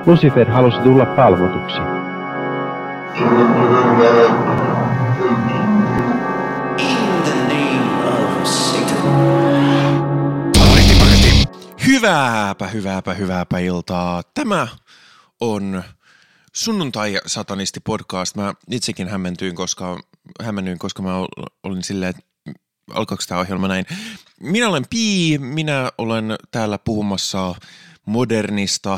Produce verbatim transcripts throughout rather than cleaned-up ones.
Lucifer halusi tulla palvotuksi. Hyvääpä, hyvääpä, hyvääpä iltaa. Tämä on Sunnuntai-satanisti-podcast. Mä itsekin hämmentyin, koska, hämmennyin, koska mä olin silleen, että alkaako tämä ohjelma näin. Minä olen Pii, minä olen täällä puhumassa modernista,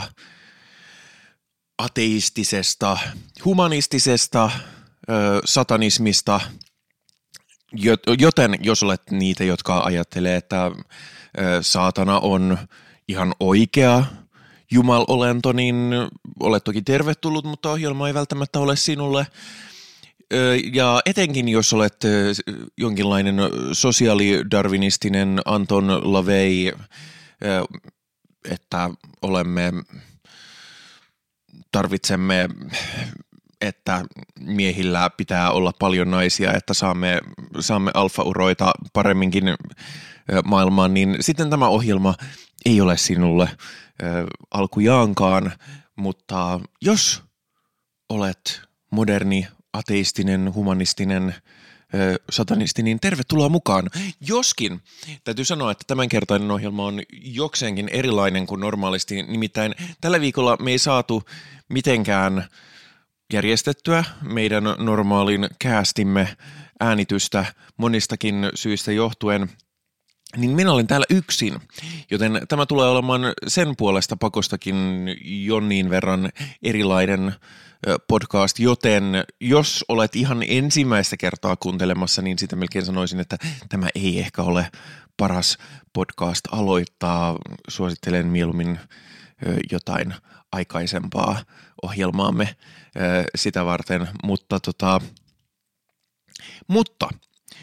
ateistisesta, humanistisesta, ö, satanismista, joten jos olet niitä, jotka ajattelee, että ö, saatana on ihan oikea jumalolento, niin olet toki tervetullut, mutta ohjelma ei välttämättä ole sinulle. Ja etenkin jos olet jonkinlainen sosiaalidarwinistinen Anton LaVey, että olemme, tarvitsemme, että miehillä pitää olla paljon naisia, että saamme, saamme alfauroita paremminkin maailmaan, niin sitten tämä ohjelma ei ole sinulle alkujaankaan, mutta jos olet moderni, ateistinen, humanistinen, ö, satanisti, niin tervetuloa mukaan. Joskin täytyy sanoa, että tämänkertainen ohjelma on jokseenkin erilainen kuin normaalisti. Nimittäin tällä viikolla me ei saatu mitenkään järjestettyä meidän normaalin caastimme äänitystä monistakin syistä johtuen. Niin minä olen täällä yksin, joten tämä tulee olemaan sen puolesta pakostakin jonnin verran erilainen podcast, joten jos olet ihan ensimmäistä kertaa kuuntelemassa, niin sitä melkein sanoisin, että tämä ei ehkä ole paras podcast aloittaa. Suosittelen mieluummin jotain aikaisempaa ohjelmaamme sitä varten, mutta tota, mutta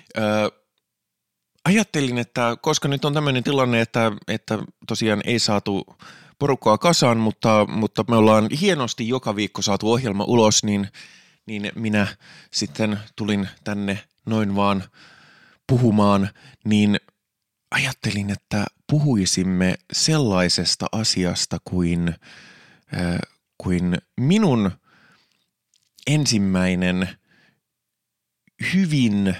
ajattelin, että koska nyt on tämmöinen tilanne, että, että tosiaan ei saatu porukkaa kasaan, mutta, mutta me ollaan hienosti joka viikko saatu ohjelma ulos, niin, niin minä sitten tulin tänne noin vaan puhumaan, niin ajattelin, että puhuisimme sellaisesta asiasta kuin, äh, kuin minun ensimmäinen hyvin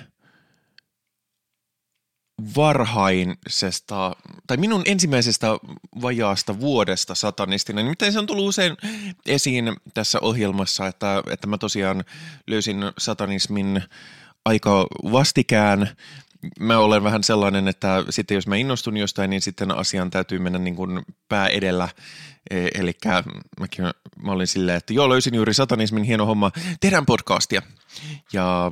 varhaisesta, tai minun ensimmäisestä vajaasta vuodesta satanistina. Nimittäin se on tullut usein esiin tässä ohjelmassa, että, että mä tosiaan löysin satanismin aika vastikään. Mä olen vähän sellainen, että sitten jos mä innostun jostain, niin sitten asian täytyy mennä niin kuin pää edellä. E- eli mäkin, mä olin silleen, että joo, löysin juuri satanismin, hieno homma, tehdään podcastia. Ja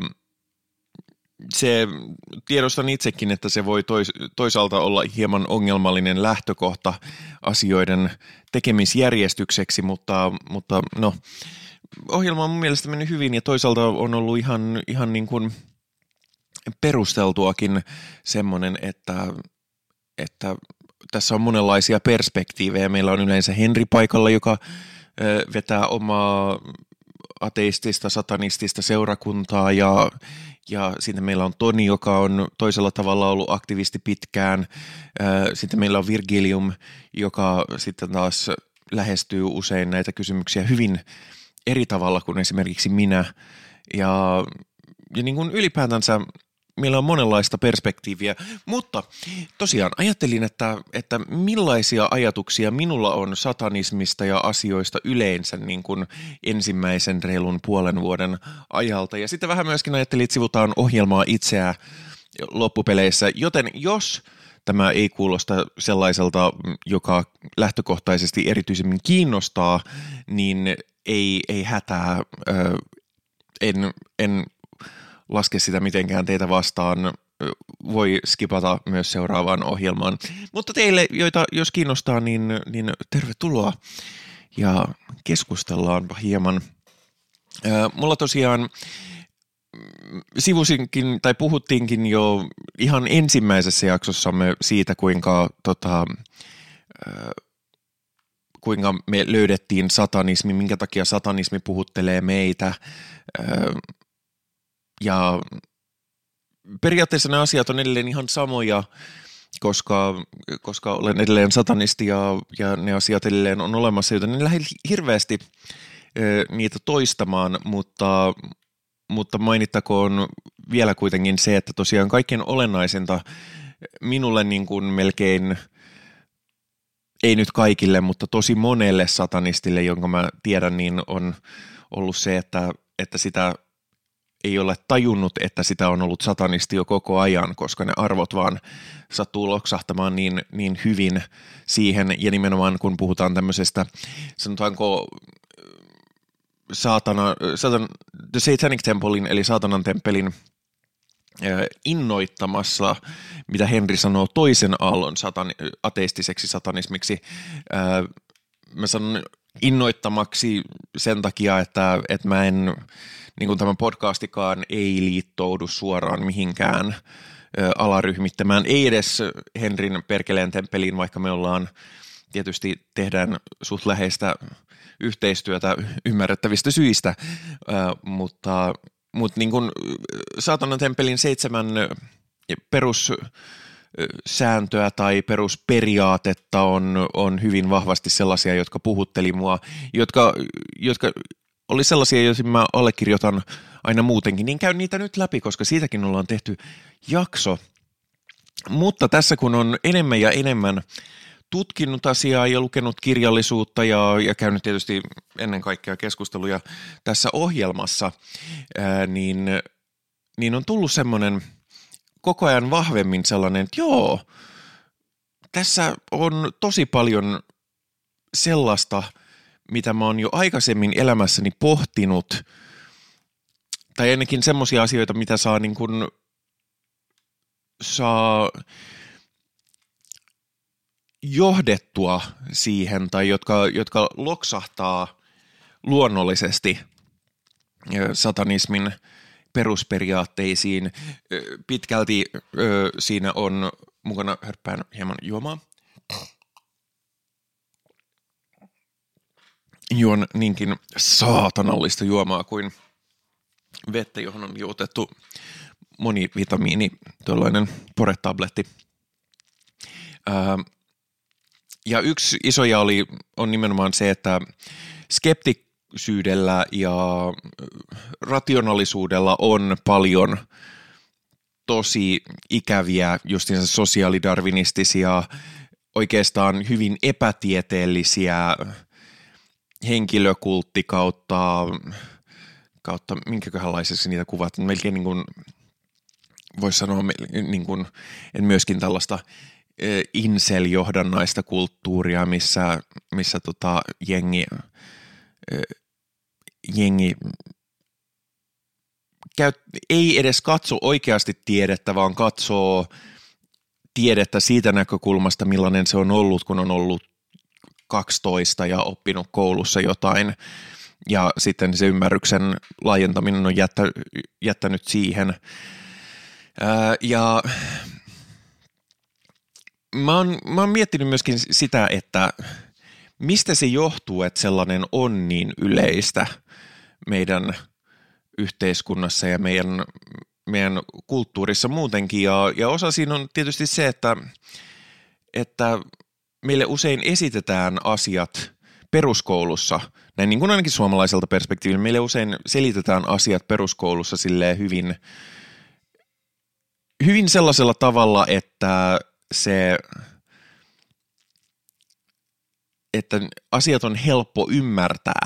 se tiedostan itsekin, että se voi tois, toisaalta olla hieman ongelmallinen lähtökohta asioiden tekemisjärjestykseksi, mutta, mutta no, ohjelma on mun mielestä mennyt hyvin ja toisaalta on ollut ihan, ihan niin kuin perusteltuakin semmoinen, että, että tässä on monenlaisia perspektiivejä. Meillä on yleensä Henri paikalla, joka vetää omaa ateistista, satanistista seurakuntaa ja Ja sitten meillä on Toni, joka on toisella tavalla ollut aktivisti pitkään. Sitten meillä on Virgilium, joka sitten taas lähestyy usein näitä kysymyksiä hyvin eri tavalla kuin esimerkiksi minä. Ja, ja niin kuin ylipäätänsä meillä on monenlaista perspektiiviä, mutta tosiaan ajattelin, että, että millaisia ajatuksia minulla on satanismista ja asioista yleensä niin kuin ensimmäisen reilun puolen vuoden ajalta. Ja sitten vähän myöskin ajattelin, että sivutaan ohjelmaa itseään loppupeleissä, joten jos tämä ei kuulosta sellaiselta, joka lähtökohtaisesti erityisemmin kiinnostaa, niin ei, ei hätää, en... en laske sitä mitenkään teitä vastaan, voi skipata myös seuraavaan ohjelmaan. Mutta teille, joita jos kiinnostaa, niin, niin tervetuloa ja keskustellaanpa hieman. Mulla tosiaan sivusinkin tai puhuttiinkin jo ihan ensimmäisessä jaksossamme siitä, kuinka, tota, kuinka me löydettiin satanismi, minkä takia satanismi puhuttelee meitä. Ja periaatteessa ne asiat on edelleen ihan samoja, koska, koska olen edelleen satanisti ja, ja ne asiat edelleen on olemassa, joten en lähde hirveästi ö, niitä toistamaan, mutta, mutta mainittakoon vielä kuitenkin se, että tosiaan kaikkein olennaisinta minulle niin kuin melkein, ei nyt kaikille, mutta tosi monelle satanistille, jonka mä tiedän, niin on ollut se, että, että sitä ei ole tajunnut, että sitä on ollut satanisti jo koko ajan, koska ne arvot vaan sattuu loksahtamaan niin, niin hyvin siihen, ja nimenomaan kun puhutaan tämmöisestä, sanotaanko saatana, satan, The Satanic Templein, eli saatanan temppelin innoittamassa, mitä Henry sanoo, toisen aallon satani, ateistiseksi satanismiksi. Mä sanon innoittamaksi sen takia, että, että mä en, niin kuin tämä podcastikaan ei liittoudu suoraan mihinkään alaryhmittämään, ei edes Henryn perkeleen temppeliin, vaikka me ollaan tietysti tehdään suht läheistä yhteistyötä ymmärrettävistä syistä, mutta Mutta niin kuin saatanan temppelin seitsemän perussääntöä tai perusperiaatetta on, on hyvin vahvasti sellaisia, jotka puhutteli mua, jotka, jotka oli sellaisia, joita mä allekirjoitan aina muutenkin, niin käyn niitä nyt läpi, koska siitäkin ollaan tehty jakso. Mutta tässä kun on enemmän ja enemmän tutkinut asiaa ja lukenut kirjallisuutta ja, ja käynyt tietysti ennen kaikkea keskusteluja tässä ohjelmassa, ää, niin, niin on tullut semmoinen koko ajan vahvemmin sellainen, että joo, tässä on tosi paljon sellaista, mitä mä oon jo aikaisemmin elämässäni pohtinut, tai ainakin semmoisia asioita, mitä saa niin kuin, saa johdettua siihen tai jotka, jotka loksahtaa luonnollisesti satanismin perusperiaatteisiin. Pitkälti ö, siinä on mukana, hörppään hieman juomaa. Juon niinkin saatanallista juomaa kuin vettä, johon on juotettu monivitamiini, tuollainen poretabletti. Öö, Ja yksi isoja oli, on nimenomaan se, että skeptisyydellä ja rationaalisuudella on paljon tosi ikäviä, justiinsa sosiaalidarwinistisia, oikeastaan hyvin epätieteellisiä henkilökultti kautta, kautta minkäköhänlaisessa niitä kuvat, melkein niin kuin voisi sanoa, niin kuin, en myöskin tällaista incel-johdannaista kulttuuria, missä, missä tota jengi, jengi käy, ei edes katso oikeasti tiedettä, vaan katsoo tiedettä siitä näkökulmasta, millainen se on ollut, kun on ollut kaksitoista ja oppinut koulussa jotain, ja sitten se ymmärryksen laajentaminen on jättä, jättänyt siihen. Ää, ja Mä oon, mä oon miettinyt myöskin sitä, että mistä se johtuu, että sellainen on niin yleistä meidän yhteiskunnassa ja meidän, meidän kulttuurissa muutenkin. Ja, ja osa siinä on tietysti se, että, että meille usein esitetään asiat peruskoulussa, näin niin kuin ainakin suomalaiselta perspektiivillä, meille usein selitetään asiat peruskoulussa silleen hyvin, hyvin sellaisella tavalla, että se, että asiat on helppo ymmärtää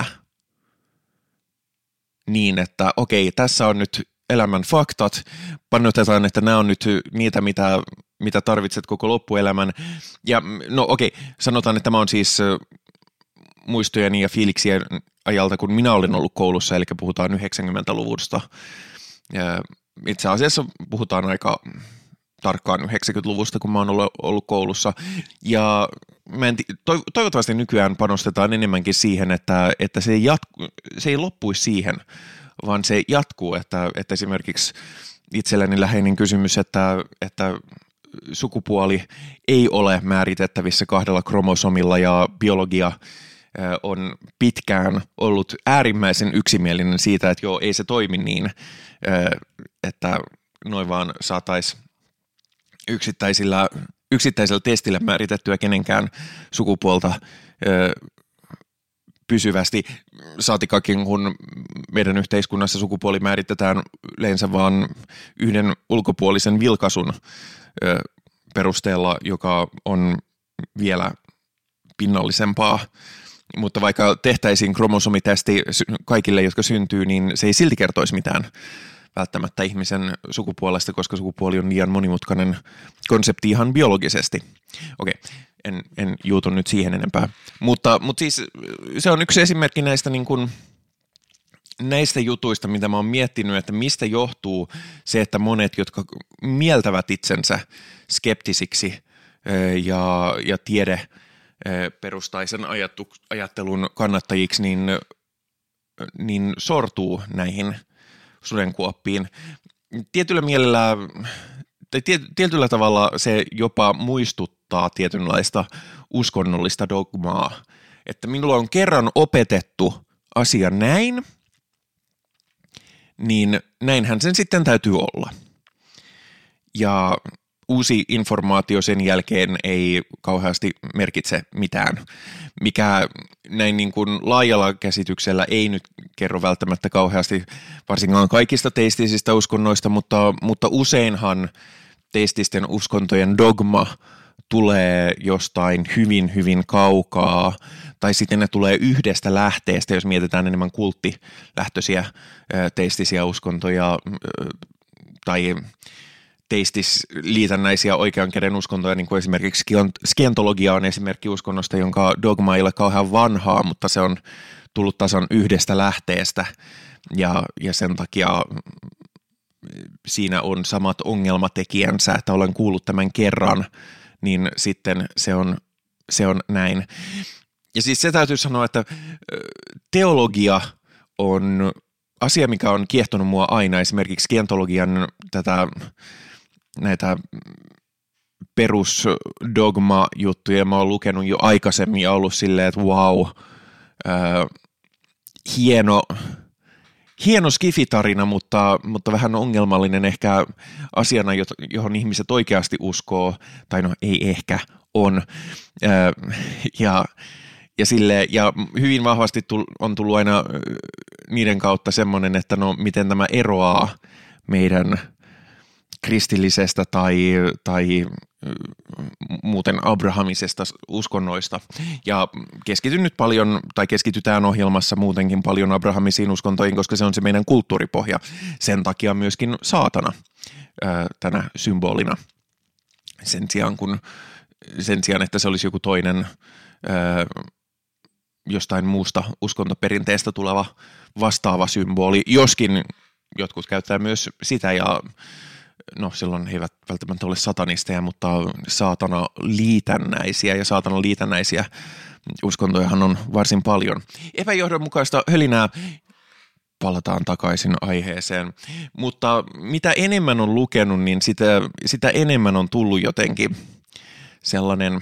niin, että okei, tässä on nyt elämän faktat, pannotetaan, että nämä on nyt niitä, mitä, mitä tarvitset koko loppuelämän. Ja no okei, sanotaan, että tämä on siis muistojeni ja fiiliksien ajalta, kun minä olin ollut koulussa, eli puhutaan yhdeksänkymmentäluvusta. Ja itse asiassa puhutaan aika tarkkaan yhdeksänkymmentäluvusta, kun mä oon ollut, ollut koulussa. Ja mä en, toivottavasti nykyään panostetaan enemmänkin siihen, että, että se, ei jatku, se ei loppuisi siihen, vaan se jatkuu. Että, että esimerkiksi itselläni läheinen kysymys, että, että sukupuoli ei ole määritettävissä kahdella kromosomilla ja biologia on pitkään ollut äärimmäisen yksimielinen siitä, että joo, ei se toimi niin, että noin vaan saataisiin yksittäisillä yksittäisellä testillä määritettyä kenenkään sukupuolta ö, pysyvästi, saatikakin kun meidän yhteiskunnassa sukupuoli määritetään yleensä vaan yhden ulkopuolisen vilkaisun ö, perusteella, joka on vielä pinnallisempaa. Mutta vaikka tehtäisiin kromosomitesti kaikille, jotka syntyy, niin se ei silti kertoisi mitään välttämättä ihmisen sukupuolesta, koska sukupuoli on liian monimutkainen konsepti ihan biologisesti. Okei, en, en juutu nyt siihen enempää. Mutta, mutta siis se on yksi esimerkki näistä, niin kuin, näistä jutuista, mitä mä oon miettinyt, että mistä johtuu se, että monet, jotka mieltävät itsensä skeptisiksi ja, ja tiede perustaisen ajattelun kannattajiksi, niin, niin sortuu näihin sudenkuoppiin. Tietyllä mielellä, tai tietyllä tavalla se jopa muistuttaa tietynlaista uskonnollista dogmaa, että minulla on kerran opetettu asia näin, niin näinhän sen sitten täytyy olla. Ja uusi informaatio sen jälkeen ei kauheasti merkitse mitään, mikä näin niin kuin laajalla käsityksellä ei nyt kerro välttämättä kauheasti varsinkaan kaikista teistisistä uskonnoista, mutta, mutta useinhan teististen uskontojen dogma tulee jostain hyvin, hyvin kaukaa, tai sitten ne tulee yhdestä lähteestä, jos mietitään enemmän kulttilähtöisiä teistisiä uskontoja tai teistisliitännäisiä oikean käden uskontoja, niin kuin esimerkiksi skientologia on esimerkki uskonnosta, jonka dogma ei ole kauhean vanhaa, mutta se on tullut tasan yhdestä lähteestä, ja, ja sen takia siinä on samat ongelmatekijänsä, että olen kuullut tämän kerran, niin sitten se on, se on näin. Ja siis se täytyy sanoa, että teologia on asia, mikä on kiehtonut mua aina, esimerkiksi skientologian tätä näitä perusdogma-juttuja mä oon lukenut jo aikaisemmin ja ollut silleen, että wow, äh, hieno, hieno skifitarina, mutta, mutta vähän ongelmallinen ehkä asiana, johon ihmiset oikeasti uskoo, tai no ei ehkä, on. Äh, ja, ja, sille, ja hyvin vahvasti on tullut aina niiden kautta semmoinen, että no miten tämä eroaa meidän kristillisestä tai, tai muuten abrahamisesta uskonnoista. Ja keskityn nyt paljon, tai keskitytään ohjelmassa muutenkin paljon abrahamisiin uskontoihin, koska se on se meidän kulttuuripohja. Sen takia myöskin saatana ää, tänä symbolina. Sen sijaan, kun, sen sijaan, että se olisi joku toinen ää, jostain muusta uskontoperinteestä tuleva vastaava symboli, joskin jotkut käyttää myös sitä ja no silloin he eivät välttämättä ole satanisteja, mutta saatana liitännäisiä ja saatana liitännäisiä uskontojahan on varsin paljon. Epäjohdonmukaista hölinää, palataan takaisin aiheeseen, mutta mitä enemmän on lukenut, niin sitä, sitä enemmän on tullut jotenkin sellainen,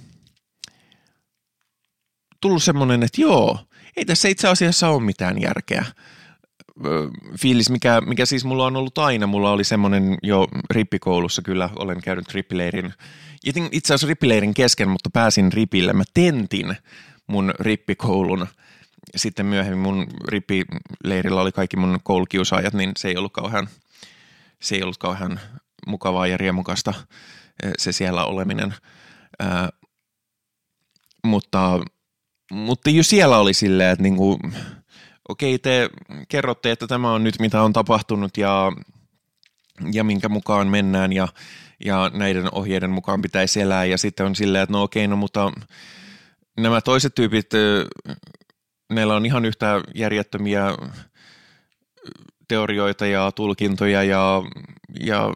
tullut semmoinen, että joo, ei tässä itse asiassa ole mitään järkeä. Fiilis, mikä, mikä siis mulla on ollut aina, mulla oli semmoinen jo rippikoulussa, kyllä olen käynyt rippileirin, itse asiassa rippileirin kesken, mutta pääsin ripille, mä tentin mun rippikoulun, sitten myöhemmin mun rippileirillä oli kaikki mun koulukiusaajat, niin se ei ollut kauhean, se ei ollut kauhean mukavaa ja riemukasta se siellä oleminen, Ää, mutta, mutta jo siellä oli silleen, että niinku okei, te kerrotte, että tämä on nyt mitä on tapahtunut ja, ja minkä mukaan mennään ja, ja näiden ohjeiden mukaan pitäisi elää ja sitten on silleen, että no okei, no mutta nämä toiset tyypit, neillä on ihan yhtä järjettömiä teorioita ja tulkintoja ja, ja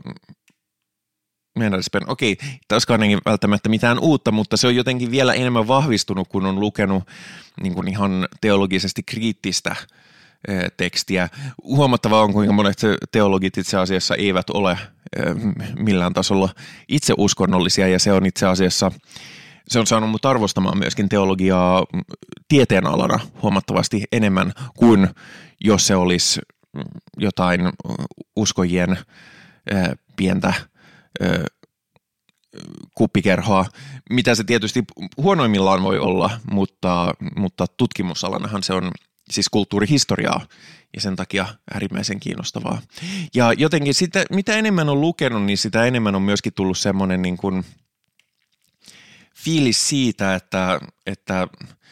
okei, taaskaan ei välttämättä mitään uutta, mutta se on jotenkin vielä enemmän vahvistunut, kun on lukenut niin kuin ihan teologisesti kriittistä tekstiä. Huomattavaa on, kuinka monet teologit itse asiassa eivät ole millään tasolla itse uskonnollisia, ja se on itse asiassa, se on saanut mut arvostamaan myöskin teologiaa tieteenalana huomattavasti enemmän kuin jos se olisi jotain uskojien pientä kuppikerhoa, mitä se tietysti huonoimmillaan voi olla, mutta, mutta tutkimusalanahan se on siis kulttuurihistoriaa ja sen takia äärimmäisen kiinnostavaa. Ja jotenkin sitä, mitä enemmän on lukenut, niin sitä enemmän on myöskin tullut semmoinen niin kuin fiilis siitä, että, että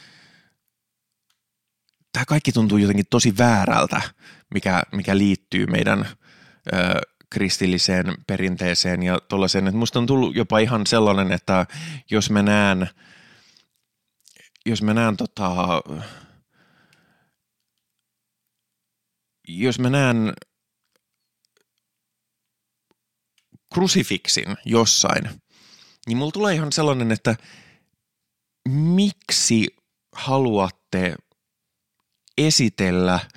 tämä kaikki tuntuu jotenkin tosi väärältä, mikä, mikä liittyy meidän ö, kristilliseen perinteeseen ja tuollaiseen. Että musta on tullut jopa ihan sellainen, että jos mä näen, jos mä näen tota, jos mä näen krusifiksin jossain, niin mulla tulee ihan sellainen, että miksi haluatte esitellä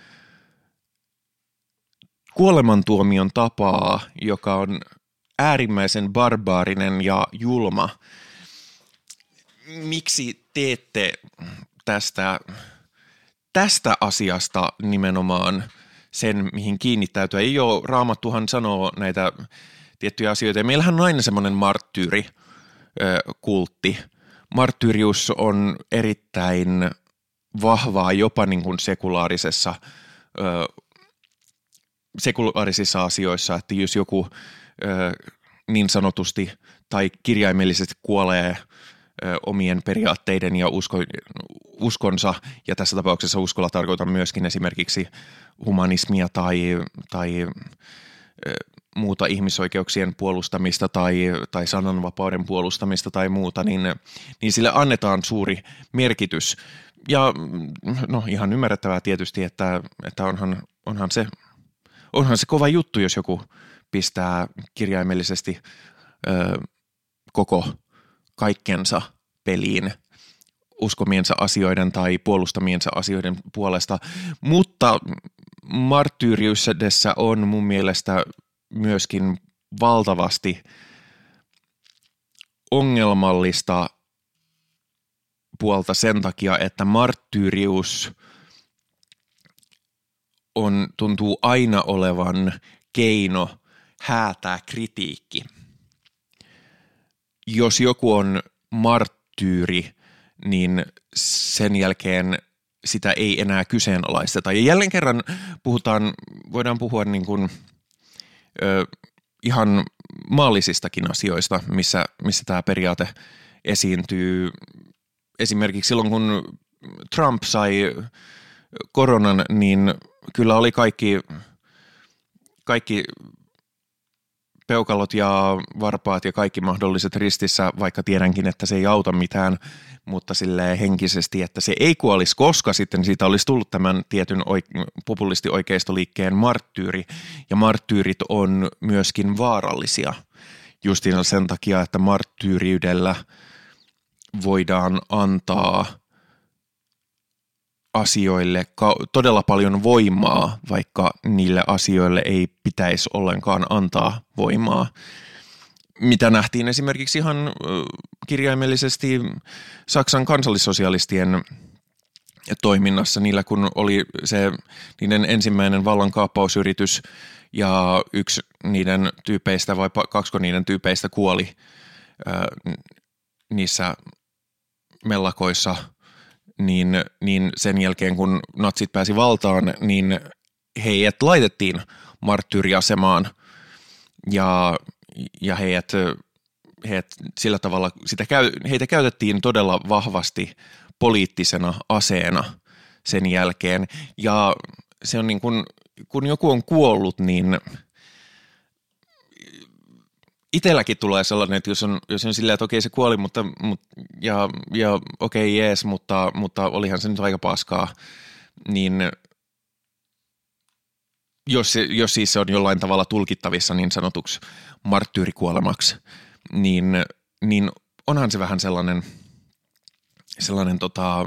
kuolemantuomion tapaa, joka on äärimmäisen barbaarinen ja julma. Miksi teette tästä, tästä asiasta nimenomaan sen, mihin kiinnittäytyä? Ei ole, Raamattuhan sanoo näitä tiettyjä asioita. Ja meillähän on aina semmoinen marttyyrikultti. Marttyyrius on erittäin vahvaa jopa niin kuin sekulaarisessa, sekulaarisissa asioissa, että jos joku niin sanotusti tai kirjaimellisesti kuolee omien periaatteiden ja usko, uskonsa, ja tässä tapauksessa uskolla tarkoitan myöskin esimerkiksi humanismia tai, tai muuta ihmisoikeuksien puolustamista tai, tai sananvapauden puolustamista tai muuta, niin, niin sille annetaan suuri merkitys. Ja no ihan ymmärrettävää tietysti, että, että onhan, onhan, se, onhan se kova juttu, jos joku pistää kirjaimellisesti ö, koko kaikkensa peliin uskomiensa asioiden tai puolustamiensa asioiden puolesta. Mutta marttyyriydessä on mun mielestä myöskin valtavasti ongelmallista puolta sen takia, että marttyyrius on, tuntuu aina olevan keino häätää kritiikki. Jos joku on marttyyri, niin sen jälkeen sitä ei enää kyseenalaisteta. Ja jälleen kerran puhutaan, voidaan puhua niin kuin, ö, ihan maallisistakin asioista, missä, missä tämä periaate esiintyy. Esimerkiksi silloin, kun Trump sai koronan, niin kyllä oli kaikki, kaikki peukalot ja varpaat ja kaikki mahdolliset ristissä, vaikka tiedänkin, että se ei auta mitään, mutta silleen henkisesti, että se ei kuolisi, koska sitten siitä olisi tullut tämän tietyn oik- populisti-oikeistoliikkeen marttyyri, ja marttyyrit on myöskin vaarallisia justiin sen takia, että marttyyriydellä voidaan antaa asioille todella paljon voimaa, vaikka niille asioille ei pitäisi ollenkaan antaa voimaa. Mitä nähtiin esimerkiksi ihan kirjaimellisesti Saksan kansallissosialistien toiminnassa, niillä kun oli se niiden ensimmäinen vallankaappausyritys ja yksi niiden tyypeistä vai kaksiko niiden tyypeistä kuoli ää, niissä mellakoissa, niin, niin sen jälkeen kun natsit pääsi valtaan, niin heidät laitettiin marttyyriasemaan ja, ja heidät, heidät sillä tavalla, sitä, heitä käytettiin todella vahvasti poliittisena aseena sen jälkeen. Ja se on niin kuin, kun joku on kuollut, niin itselläkin tulee sellainen, että jos on, jos on silleen, että okei se kuoli, mutta, mutta, ja, ja okei jees, mutta, mutta olihan se nyt aika paskaa, niin jos, jos siis se on jollain tavalla tulkittavissa niin sanotuksi marttyyrikuolemaksi, niin, niin onhan se vähän sellainen, sellainen tota,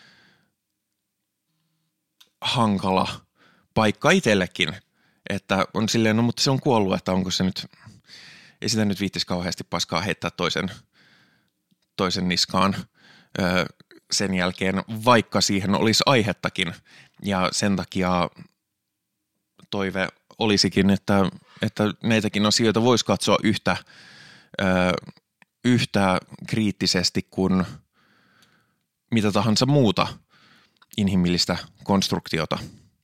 hankala paikka itsellekin, että on silleen, no mutta se on kuollut, että onko se nyt, ei sitä nyt viittisi kauheasti paskaa heittää toisen, toisen niskaan öö, sen jälkeen, vaikka siihen olisi aihettakin. Ja sen takia toive olisikin, että, että näitäkin asioita voisi katsoa yhtä, öö, yhtä kriittisesti kuin mitä tahansa muuta inhimillistä konstruktiota.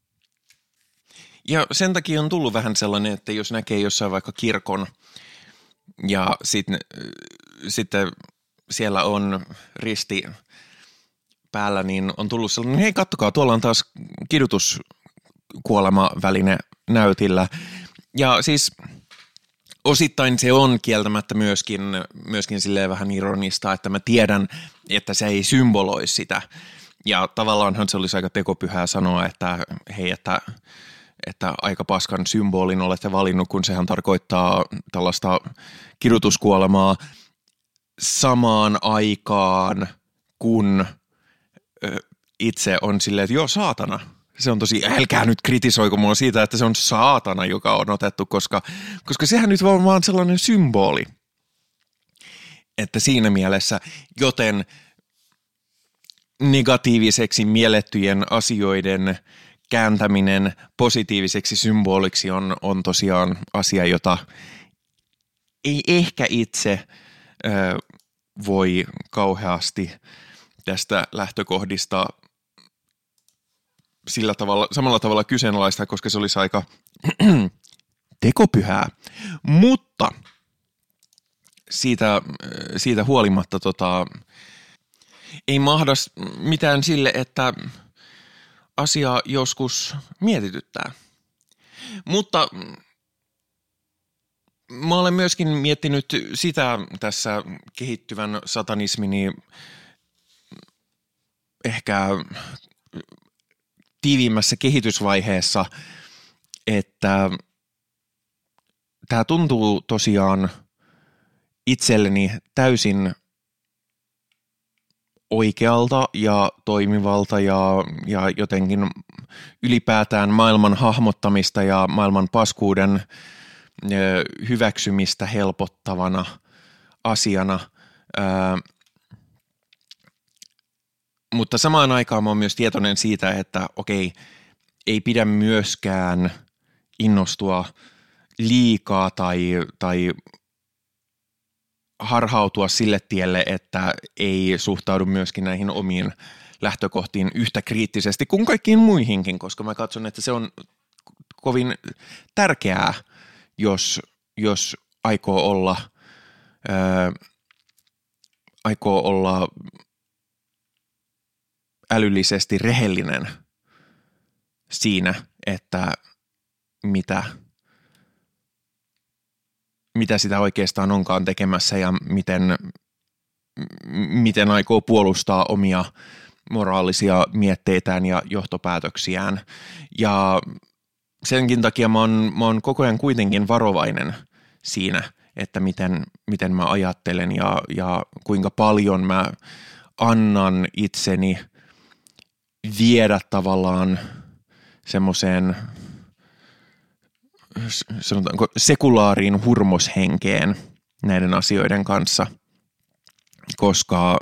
Ja sen takia on tullut vähän sellainen, että jos näkee jossain vaikka kirkon ja sitten sit siellä on risti päällä, niin on tullut sellainen, hei kattokaa, tuolla on taas kidutuskuolemaväline näytillä. Ja siis osittain se on kieltämättä myöskin, myöskin silleen vähän ironista, että mä tiedän, että se ei symboloi sitä. Ja tavallaanhan se olisi aika tekopyhää sanoa, että hei, että, että aika paskan symbolin olette valinnut, kun sehän tarkoittaa tällaista kidutuskuolemaa samaan aikaan, kun itse on silleen, että joo, saatana. Se on tosi, älkää nyt kritisoiko mua siitä, että se on saatana, joka on otettu, koska, koska sehän nyt on vaan sellainen symboli. Että siinä mielessä, joten negatiiviseksi miellettyjen asioiden kääntäminen positiiviseksi symboliksi on, on tosiaan asia, jota ei ehkä itse ö, voi kauheasti tästä lähtökohdista sillä tavalla, samalla tavalla kyseenalaista, koska se olisi aika tekopyhää. Mutta siitä, siitä huolimatta tota, ei mahda mitään sille, että asia joskus mietityttää. Mutta mä olen myöskin miettinyt sitä tässä kehittyvän satanismini ehkä tiiviimmässä kehitysvaiheessa, että tämä tuntuu tosiaan itselleni täysin oikealta ja toimivalta ja, ja jotenkin ylipäätään maailman hahmottamista ja maailman paskuuden hyväksymistä helpottavana asiana. Ää, mutta samaan aikaan mä oon myös tietoinen siitä, että okei, ei pidä myöskään innostua liikaa tai, tai harhautua sille tielle, että ei suhtaudu myöskin näihin omiin lähtökohtiin yhtä kriittisesti kuin kaikkiin muihinkin, koska mä katson, että se on kovin tärkeää, jos, jos aikoo olla, ää, aikoo olla älyllisesti rehellinen siinä, että mitä, mitä sitä oikeastaan onkaan tekemässä ja miten, miten aikoo puolustaa omia moraalisia mietteitään ja johtopäätöksiään. Ja senkin takia mä oon, mä oon koko ajan kuitenkin varovainen siinä, että miten, miten mä ajattelen ja, ja kuinka paljon mä annan itseni viedä tavallaan semmoiseen, sanotaanko, sekulaariin hurmoshenkeen näiden asioiden kanssa, koska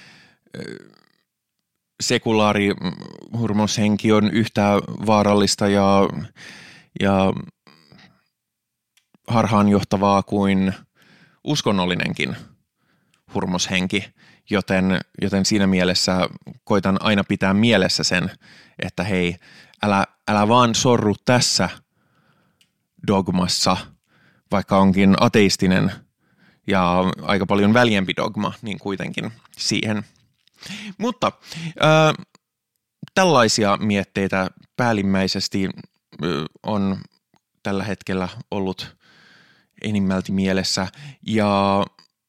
sekulaari hurmoshenki on yhtä vaarallista ja, ja harhaanjohtavaa kuin uskonnollinenkin hurmoshenki, joten, joten siinä mielessä koitan aina pitää mielessä sen, että hei, älä, älä vaan sorru tässä dogmassa, vaikka onkin ateistinen ja aika paljon väljempi dogma, niin kuitenkin siihen. Mutta äh, tällaisia mietteitä päällimmäisesti äh, on tällä hetkellä ollut enimmälti mielessä. Ja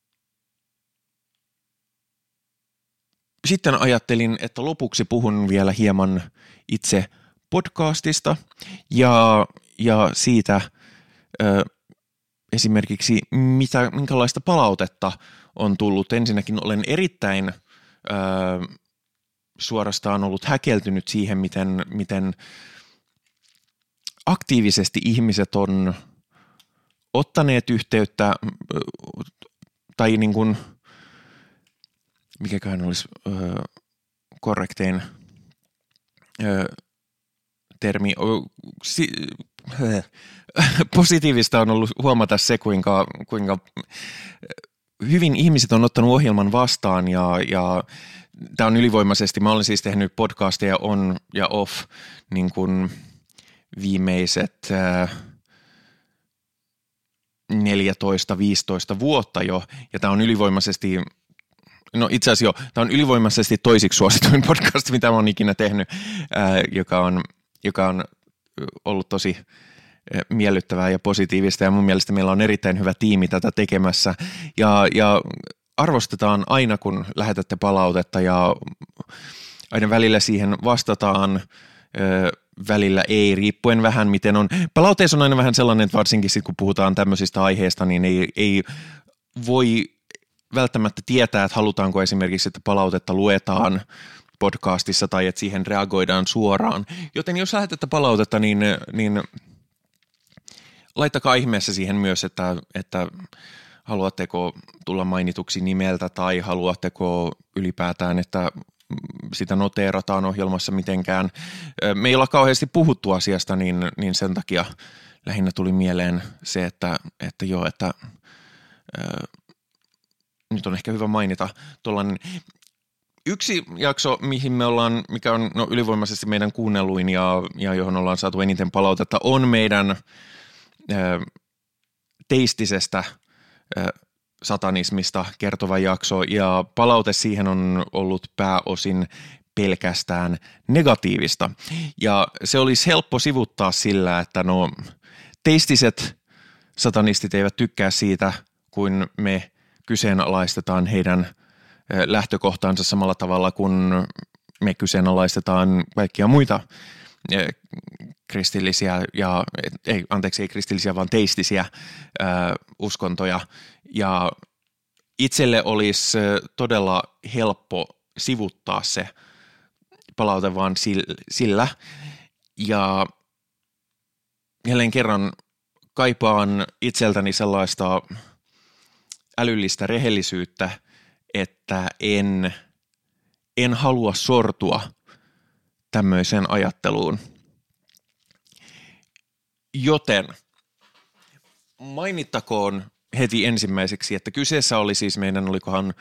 sitten ajattelin, että lopuksi puhun vielä hieman itse podcastista ja, ja siitä ö, esimerkiksi mitä, minkälaista palautetta on tullut. Ensinnäkin olen erittäin ö, suorastaan ollut häkeltynyt siihen, miten, miten aktiivisesti ihmiset on ottaneet yhteyttä tai niin kuin, mikäköhän olisi ö, korrektein ö, termi. Si, positiivista on ollut huomata se, kuinka, kuinka hyvin ihmiset on ottanut ohjelman vastaan ja, ja tämä on ylivoimaisesti, mä olen siis tehnyt podcasteja on ja off niin kuin viimeiset äh, neljätoista viisitoista vuotta jo, ja tämä on ylivoimaisesti, no itse asiassa jo, tämä on ylivoimaisesti toisiksi suosituin podcast, mitä mä oon ikinä tehnyt, ää, joka, on, joka on ollut tosi miellyttävää ja positiivista, ja mun mielestä meillä on erittäin hyvä tiimi tätä tekemässä, ja, ja arvostetaan aina, kun lähetätte palautetta, ja aina välillä siihen vastataan, ää, välillä ei, riippuen vähän miten on. Palautteessa on aina vähän sellainen, että varsinkin sit, kun puhutaan tämmöisistä aiheista, niin ei, ei voi välttämättä tietää, että halutaanko esimerkiksi, että palautetta luetaan podcastissa tai että siihen reagoidaan suoraan. Joten jos lähetätte palautetta, niin, niin laittakaa ihmeessä siihen myös, että, että haluatteko tulla mainituksi nimeltä tai haluatteko ylipäätään, että sitä noteerataan ohjelmassa mitenkään. Me ei olla kauheasti puhuttu asiasta, niin, niin sen takia lähinnä tuli mieleen se, että, että joo, että ää, nyt on ehkä hyvä mainita tuollainen yksi jakso, mihin me ollaan, mikä on no, ylivoimaisesti meidän kuunnelluin ja, ja johon ollaan saatu eniten palautetta, on meidän ää, teistisestä ää, satanismista kertova jakso, ja palaute siihen on ollut pääosin pelkästään negatiivista. Ja se olisi helppo sivuttaa sillä, että no teistiset satanistit eivät tykkää siitä, kun me kyseenalaistetaan heidän lähtökohtaansa samalla tavalla kuin me kyseenalaistetaan kaikkia muita kristillisiä ja, ei, anteeksi, ei kristillisiä, vaan teistisiä ää, uskontoja. Ja itselle olisi todella helppo sivuttaa se palaute vaan sillä. Ja jälleen kerran kaipaan itseltäni sellaista älyllistä rehellisyyttä, että en, en halua sortua tämmöiseen ajatteluun. Joten mainittakoon heti ensimmäiseksi, että kyseessä oli siis meidän, olikohan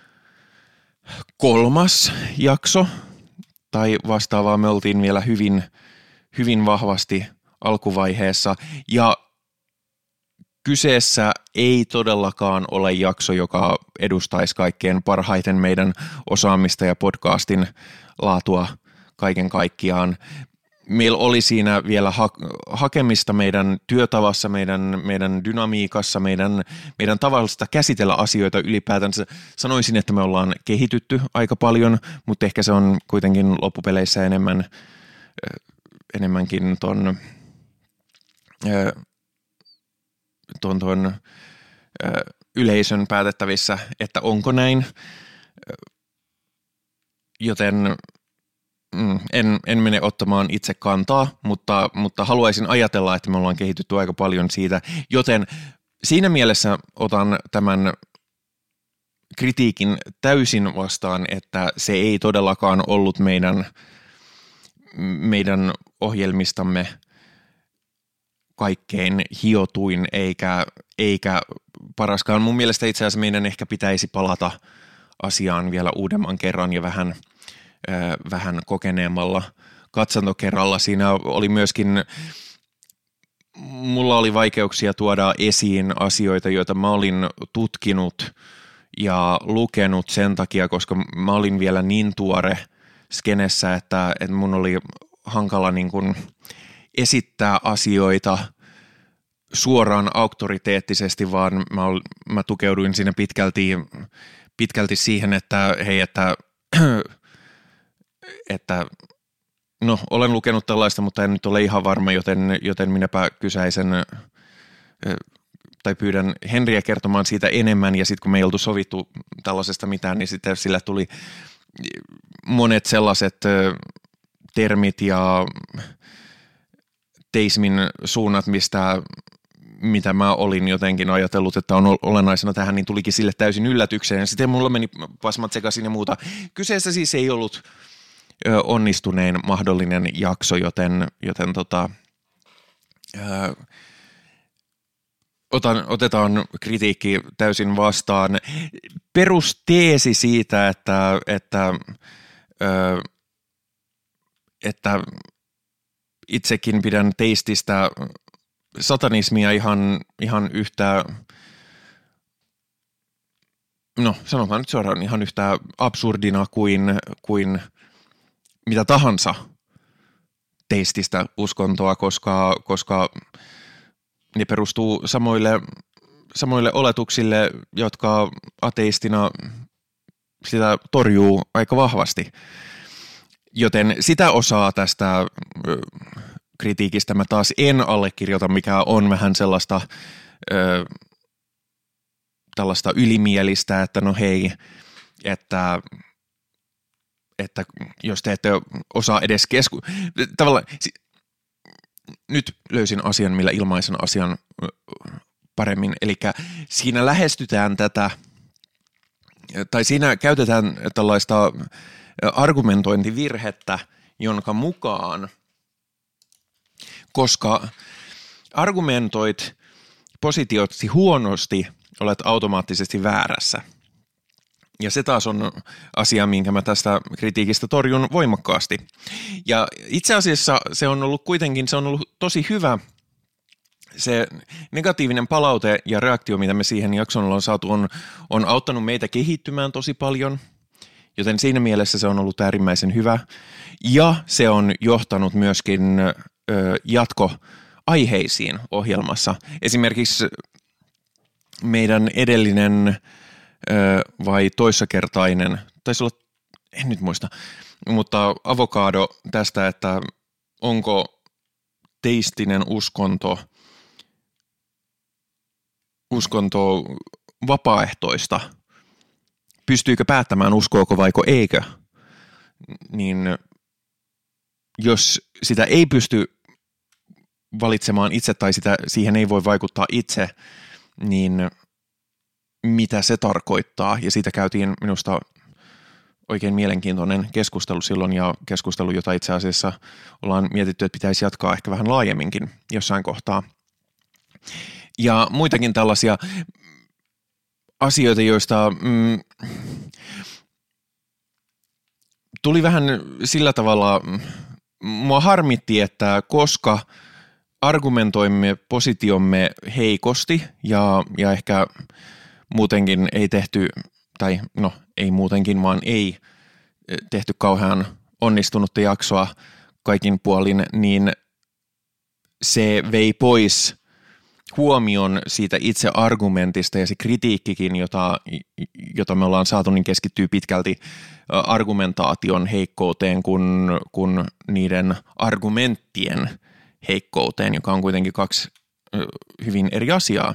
kolmas jakso tai vastaavaa, me oltiin vielä hyvin, hyvin vahvasti alkuvaiheessa, ja kyseessä ei todellakaan ole jakso, joka edustaisi kaikkein parhaiten meidän osaamista ja podcastin laatua kaiken kaikkiaan. Meillä oli siinä vielä ha- hakemista meidän työtavassa, meidän, meidän dynamiikassa, meidän, meidän tavallista käsitellä asioita ylipäätänsä. Sanoisin, että me ollaan kehitytty aika paljon, mutta ehkä se on kuitenkin loppupeleissä enemmän, enemmänkin ton, ton, ton yleisön päätettävissä, että onko näin. Joten En, en mene ottamaan itse kantaa, mutta, mutta haluaisin ajatella, että me ollaan kehitytty aika paljon siitä, joten siinä mielessä otan tämän kritiikin täysin vastaan, että se ei todellakaan ollut meidän, meidän ohjelmistamme kaikkein hiotuin eikä, eikä paraskaan. Mun mielestä itse asiassa meidän ehkä pitäisi palata asiaan vielä uudemman kerran ja vähän vähän kokeneemmalla katsantokerralla. Siinä oli myöskin, mulla oli vaikeuksia tuoda esiin asioita, joita mä olin tutkinut ja lukenut sen takia, koska mä olin vielä niin tuore skenessä, että, että mun oli hankala niin kuin esittää asioita suoraan auktoriteettisesti, vaan mä, mä tukeuduin siinä pitkälti, pitkälti siihen, että hei, että että no, olen lukenut tällaista, mutta en nyt ole ihan varma, joten, joten minäpä kysäisen tai pyydän Henriä kertomaan siitä enemmän, ja sitten kun me ei oltu sovittu tällaisesta mitään, niin sitten sillä tuli monet sellaiset termit ja teismin suunnat, mistä mitä mä olin jotenkin ajatellut, että on olennaisena tähän, niin tulikin sille täysin yllätykseen. Sitten mulla meni pasmat sekaisin ja muuta. Kyseessä siis ei ollut onnistunein mahdollinen jakso, joten, joten tota, ää, Otan, otetaan kritiikki täysin vastaan. Perusteesi siitä, että, että, ö, että itsekin pidän teististä satanismia ihan, ihan yhtä, no sanotaan nyt suoraan ihan yhtä absurdina kuin, kuin mitä tahansa teististä uskontoa, koska, koska ne perustuu samoille, samoille oletuksille, jotka ateistina sitä torjuu aika vahvasti. Joten sitä osaa tästä kritiikistä mä taas en allekirjoita, mikä on vähän sellaista ö, tällaista ylimielistä, että no hei, että, että jos te ette osaa edes kesku... Tavallaan, nyt löysin asian, millä ilmaisen asian paremmin. Eli siinä lähestytään tätä, tai siinä käytetään tällaista argumentointivirhettä, jonka mukaan, koska argumentoit positiosi huonosti, olet automaattisesti väärässä. Ja se taas on asia, minkä mä tästä kritiikistä torjun voimakkaasti. Ja itse asiassa se on ollut kuitenkin, se on ollut tosi hyvä. Se negatiivinen palaute ja reaktio, mitä me siihen jaksoon ollaan saatu, on, on auttanut meitä kehittymään tosi paljon. Joten siinä mielessä se on ollut äärimmäisen hyvä. Ja se on johtanut myöskin ö, jatkoaiheisiin ohjelmassa. Esimerkiksi meidän edellinen vai toissakertainen, taisi olla, en nyt muista, mutta avokado tästä, että onko teistinen uskonto, uskonto vapaaehtoista, pystyykö päättämään uskoako vaiko eikö, niin jos sitä ei pysty valitsemaan itse tai sitä, siihen ei voi vaikuttaa itse, niin mitä se tarkoittaa, ja siitä käytiin minusta oikein mielenkiintoinen keskustelu silloin, ja keskustelu, jota itse asiassa ollaan mietitty, että pitäisi jatkaa ehkä vähän laajemminkin jossain kohtaa. Ja muitakin tällaisia asioita, joista mm, tuli vähän sillä tavalla, mua harmitti, että koska argumentoimme positiomme heikosti, ja, ja ehkä muutenkin ei tehty, tai no ei muutenkin, vaan ei tehty kauhean onnistunutta jaksoa kaikin puolin, niin se vei pois huomion siitä itse argumentista, ja se kritiikkikin, jota, jota me ollaan saatu, niin keskittyy pitkälti argumentaation heikkouteen kuin, kuin niiden argumenttien heikkouteen, joka on kuitenkin kaksi hyvin eri asiaa.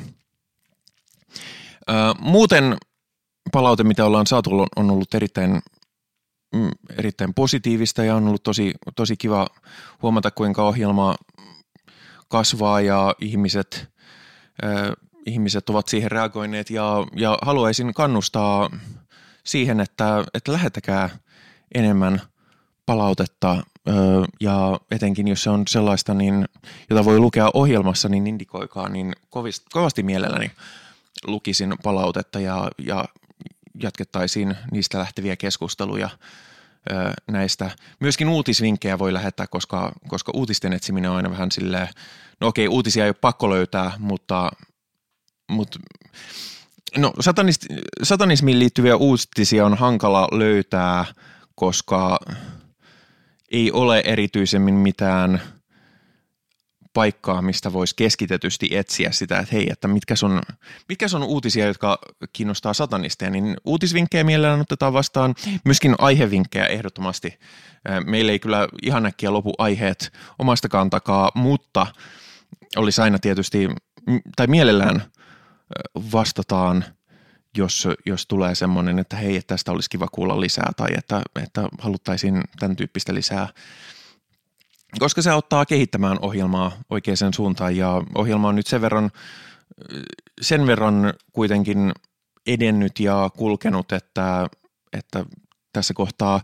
Muuten palaute, mitä ollaan saatu, on ollut erittäin, erittäin positiivista, ja on ollut tosi, tosi kiva huomata, kuinka ohjelma kasvaa ja ihmiset, äh, ihmiset ovat siihen reagoineet, ja, ja haluaisin kannustaa siihen, että, että lähettäkää enemmän palautetta, äh, ja etenkin jos se on sellaista, niin, jota voi lukea ohjelmassa, niin indikoikaa, niin kovasti, kovasti mielelläni lukisin palautetta ja, ja jatkettaisiin niistä lähteviä keskusteluja ö, näistä. Myöskin uutisvinkkejä voi lähettää, koska, koska uutisten etsiminen on aina vähän silleen, no okei, uutisia ei ole pakko löytää, mutta, mutta no, satanist, satanismiin liittyviä uutisia on hankala löytää, koska ei ole erityisemmin mitään paikkaa, mistä voisi keskitetysti etsiä sitä, että hei, että mitkä on, mitkä on uutisia, jotka kiinnostaa satanisteja, niin uutisvinkkejä mielellään otetaan vastaan, myöskin aihevinkkejä ehdottomasti. Meillä ei kyllä ihan äkkiä lopu aiheet omastakaan takaa, mutta olisi aina tietysti, tai mielellään vastataan, jos, jos tulee semmoinen, että hei, että tästä olisi kiva kuulla lisää, tai että, että haluttaisiin tämän tyyppistä lisää, koska se auttaa kehittämään ohjelmaa oikeaan suuntaan, ja ohjelma on nyt sen verran, sen verran kuitenkin edennyt ja kulkenut, että, että tässä kohtaa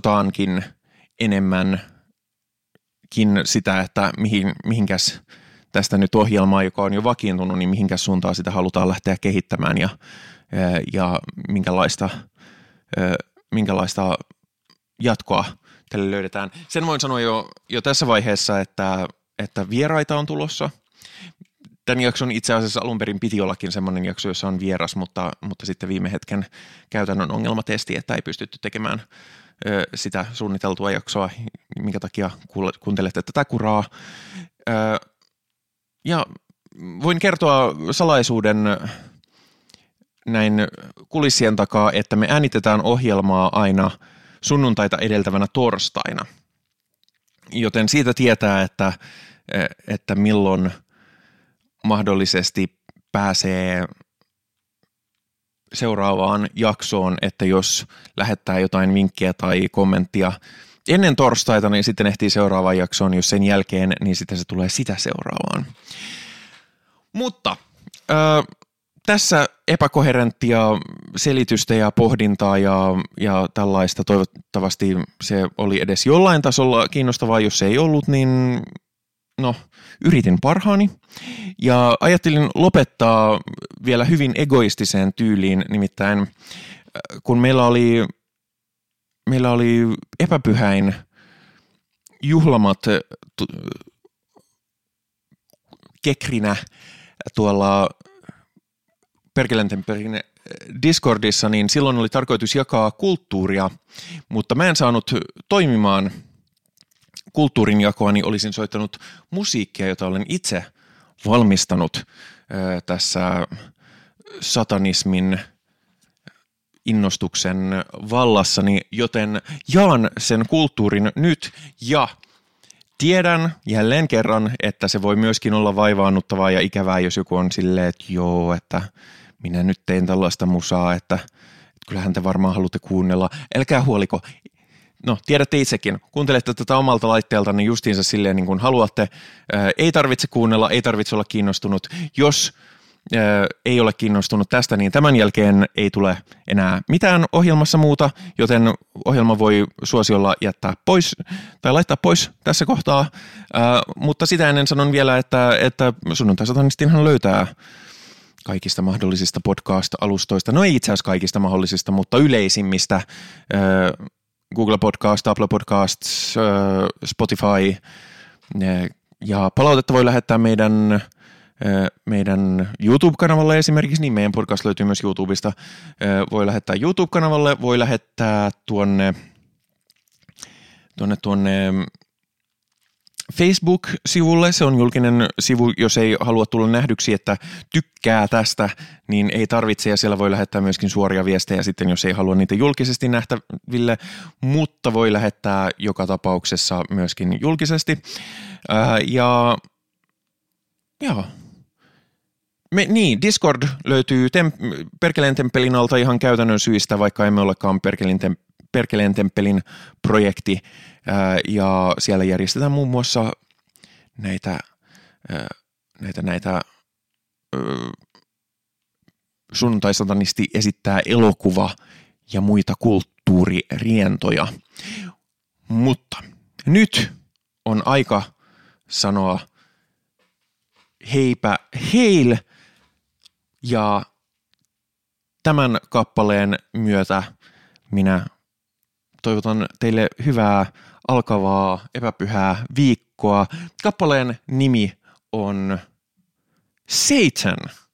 katsotaankin enemmänkin sitä, että mihin, mihinkäs tästä nyt ohjelmaa, joka on jo vakiintunut, niin mihinkä suuntaan sitä halutaan lähteä kehittämään ja, ja minkälaista, minkälaista jatkoa tälle löydetään. Sen voin sanoa jo, jo tässä vaiheessa, että, että vieraita on tulossa. Tämän jakson itse asiassa alun perin piti ollakin semmoinen jakso, jossa on vieras, mutta, mutta sitten viime hetken käytännön ongelmatesti, että ei pystytty tekemään ö, sitä suunniteltua jaksoa, minkä takia kuuntelette tätä kuraa. Ö, ja voin kertoa salaisuuden näin kulissien takaa, että me äänitetään ohjelmaa aina sunnuntaita edeltävänä torstaina. Joten siitä tietää, että, että milloin mahdollisesti pääsee seuraavaan jaksoon, että jos lähettää jotain vinkkiä tai kommenttia ennen torstaita, niin sitten ehtii seuraavaan jaksoon, jos sen jälkeen, niin sitten se tulee sitä seuraavaan. Mutta äh, tässä epäkoherenttia selitystä ja pohdintaa ja, ja tällaista, toivottavasti se oli edes jollain tasolla kiinnostavaa, jos se ei ollut, niin no, yritin parhaani ja ajattelin lopettaa vielä hyvin egoistiseen tyyliin, nimittäin kun meillä oli, meillä oli epäpyhäin juhlamat kekrinä tuolla Perkelentemppelin Discordissa, niin silloin oli tarkoitus jakaa kulttuuria, mutta mä en saanut toimimaan kulttuurin jakoa, niin olisin soittanut musiikkia, jota olen itse valmistanut ö, tässä satanismin innostuksen vallassani, joten jaan sen kulttuurin nyt ja tiedän jälleen kerran, että se voi myöskin olla vaivaannuttavaa ja ikävää, jos joku on silleen, että joo, että minä nyt tein tällaista musaa, että, että kyllähän te varmaan haluatte kuunnella. Älkää huoliko. No, tiedätte itsekin, kuuntelette tätä omalta laitteelta, niin justiinsa silleen niin kuin haluatte. Ää, ei tarvitse kuunnella, ei tarvitse olla kiinnostunut. Jos ää, ei ole kiinnostunut tästä, niin tämän jälkeen ei tule enää mitään ohjelmassa muuta, joten ohjelma voi suosiolla jättää pois tai laittaa pois tässä kohtaa. Ää, mutta sitä ennen sanon vielä, että, että Sunnuntai-satanistinhan löytää kaikista mahdollisista podcast-alustoista. No ei itse asiassa kaikista mahdollisista, mutta yleisimmistä. Ää, Google Podcast, Apple Podcasts, Spotify ja palautetta voi lähettää meidän, meidän YouTube-kanavalle esimerkiksi, niin meidän podcast löytyy myös YouTubesta. Voi lähettää YouTube-kanavalle, voi lähettää tuonne, tuonne, tuonne Facebook-sivulle, se on julkinen sivu, jos ei halua tulla nähdyksi, että tykkää tästä, niin ei tarvitse ja siellä voi lähettää myöskin suoria viestejä sitten, jos ei halua niitä julkisesti nähtäville, mutta voi lähettää joka tapauksessa myöskin julkisesti. Ää, ja joo. Me, niin, Discord löytyy tem- Perkeleen temppelin alta ihan käytännön syistä, vaikka emme olekaan Perkeleen tem- Perkeleen temppelin projekti, ää, ja siellä järjestetään muun muassa näitä, ää, näitä, näitä ää, Sunnuntai-satanisti esittää elokuva ja muita kulttuuririentoja. Mutta nyt on aika sanoa heipä heil, ja tämän kappaleen myötä minä toivotan teille hyvää alkavaa epäpyhää viikkoa. Kappaleen nimi on Satan.